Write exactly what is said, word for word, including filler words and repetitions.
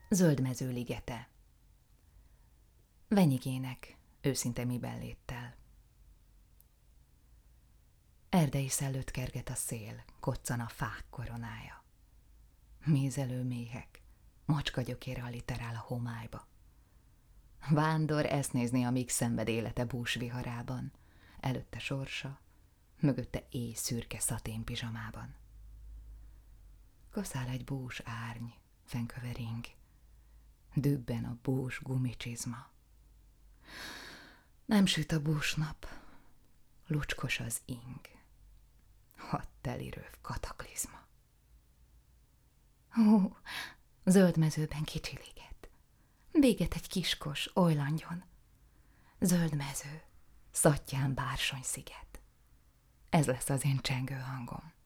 Zöldmező ligete. Venyigének, őszinte mibelléttel. Erdei szellőt kerget a szél, koccan a fák koronája. Mézelő méhek, macska gyökére alliterál a homályba. Vándor ezt nézni, amíg szenved élete búsviharában, előtte sorsa, mögötte éj szürke szatén pizsamában. Kaszál egy bús árny, fenkövering, dübben a bús gumicsizma. Nem süt a búsnap, lucskos az ing, hat telirőv kataklizma. Hú, zöld mezőben kicsiliget, véget egy kiskos, ojlandjon. Zöld mező, szattyán bársony sziget. Ez lesz az én csengő hangom.